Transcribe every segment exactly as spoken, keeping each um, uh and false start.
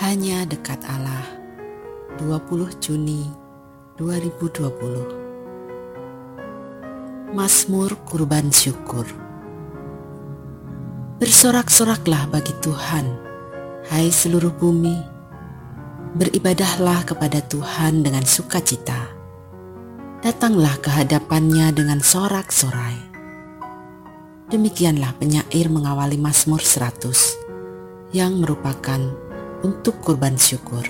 Hanya dekat Allah, dua puluh Juni dua ribu dua puluh. Mazmur Kurban Syukur. Bersorak-soraklah bagi Tuhan, hai seluruh bumi. Beribadahlah kepada Tuhan dengan sukacita. Datanglah ke hadapannya dengan sorak-sorai. Demikianlah penyair mengawali Mazmur seratus yang merupakan untuk kurban syukur.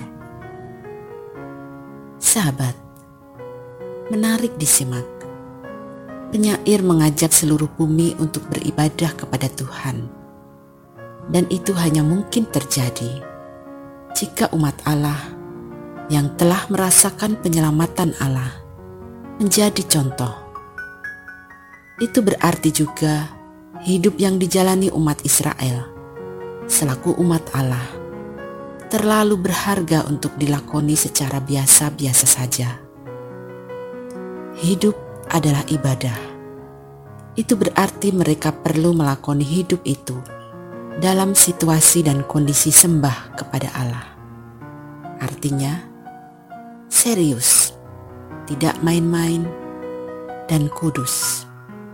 Sahabat, menarik disimak. Penyair mengajak seluruh bumi untuk beribadah kepada Tuhan. Dan itu hanya mungkin terjadi jika umat Allah yang telah merasakan penyelamatan Allah menjadi contoh. Itu berarti juga hidup yang dijalani umat Israel selaku umat Allah terlalu berharga untuk dilakoni secara biasa-biasa saja. Hidup adalah ibadah. Itu berarti mereka perlu melakoni hidup itu dalam situasi dan kondisi sembah kepada Allah. Artinya, serius, tidak main-main, dan kudus.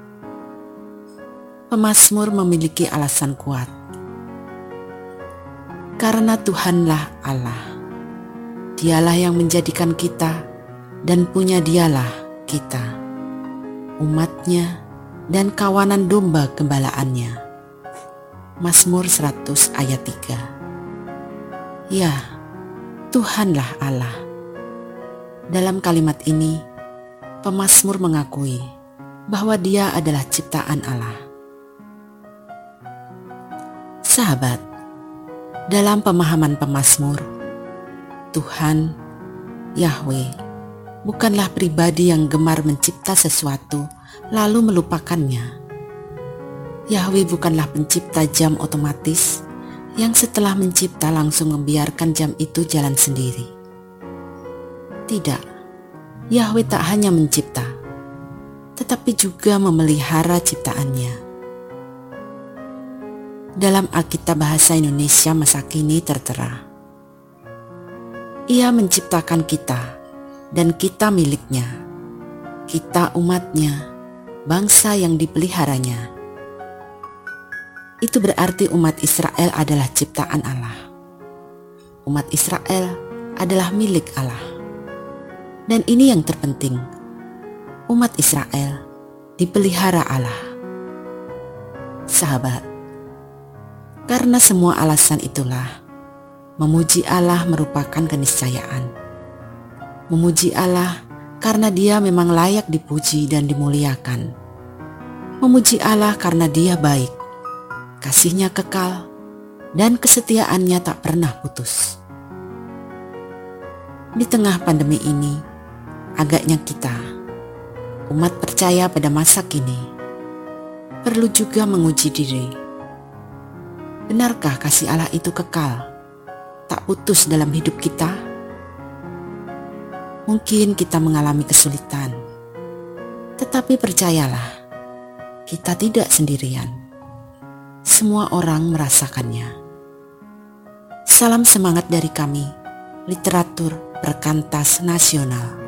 Pemazmur memiliki alasan kuat. Karena Tuhanlah Allah. Dialah yang menjadikan kita dan punya dialah kita, umatnya dan kawanan domba gembalaannya. Mazmur seratus ayat tiga. Ya, Tuhanlah Allah. Dalam kalimat ini, pemazmur mengakui bahwa Dia adalah ciptaan Allah. Sahabat, dalam pemahaman pemazmur, Tuhan, Yahweh, bukanlah pribadi yang gemar mencipta sesuatu lalu melupakannya. Yahweh bukanlah pencipta jam otomatis yang setelah mencipta langsung membiarkan jam itu jalan sendiri. Tidak, Yahweh tak hanya mencipta, tetapi juga memelihara ciptaannya. Dalam Alkitab Bahasa Indonesia masa kini tertera, Ia menciptakan kita dan kita miliknya, kita umatnya, bangsa yang dipeliharanya. Itu berarti umat Israel adalah ciptaan Allah. Umat Israel adalah milik Allah. Dan ini yang terpenting, umat Israel dipelihara Allah. Sahabat, karena semua alasan itulah, memuji Allah merupakan keniscayaan. Memuji Allah karena Dia memang layak dipuji dan dimuliakan. Memuji Allah karena Dia baik, kasih-Nya kekal, dan kesetiaan-Nya tak pernah putus. Di tengah pandemi ini, agaknya kita, umat percaya pada masa kini, perlu juga menguji diri. Benarkah kasih Allah itu kekal, tak putus dalam hidup kita? Mungkin kita mengalami kesulitan, tetapi percayalah, kita tidak sendirian. Semua orang merasakannya. Salam semangat dari kami, Literatur Perkantas Nasional.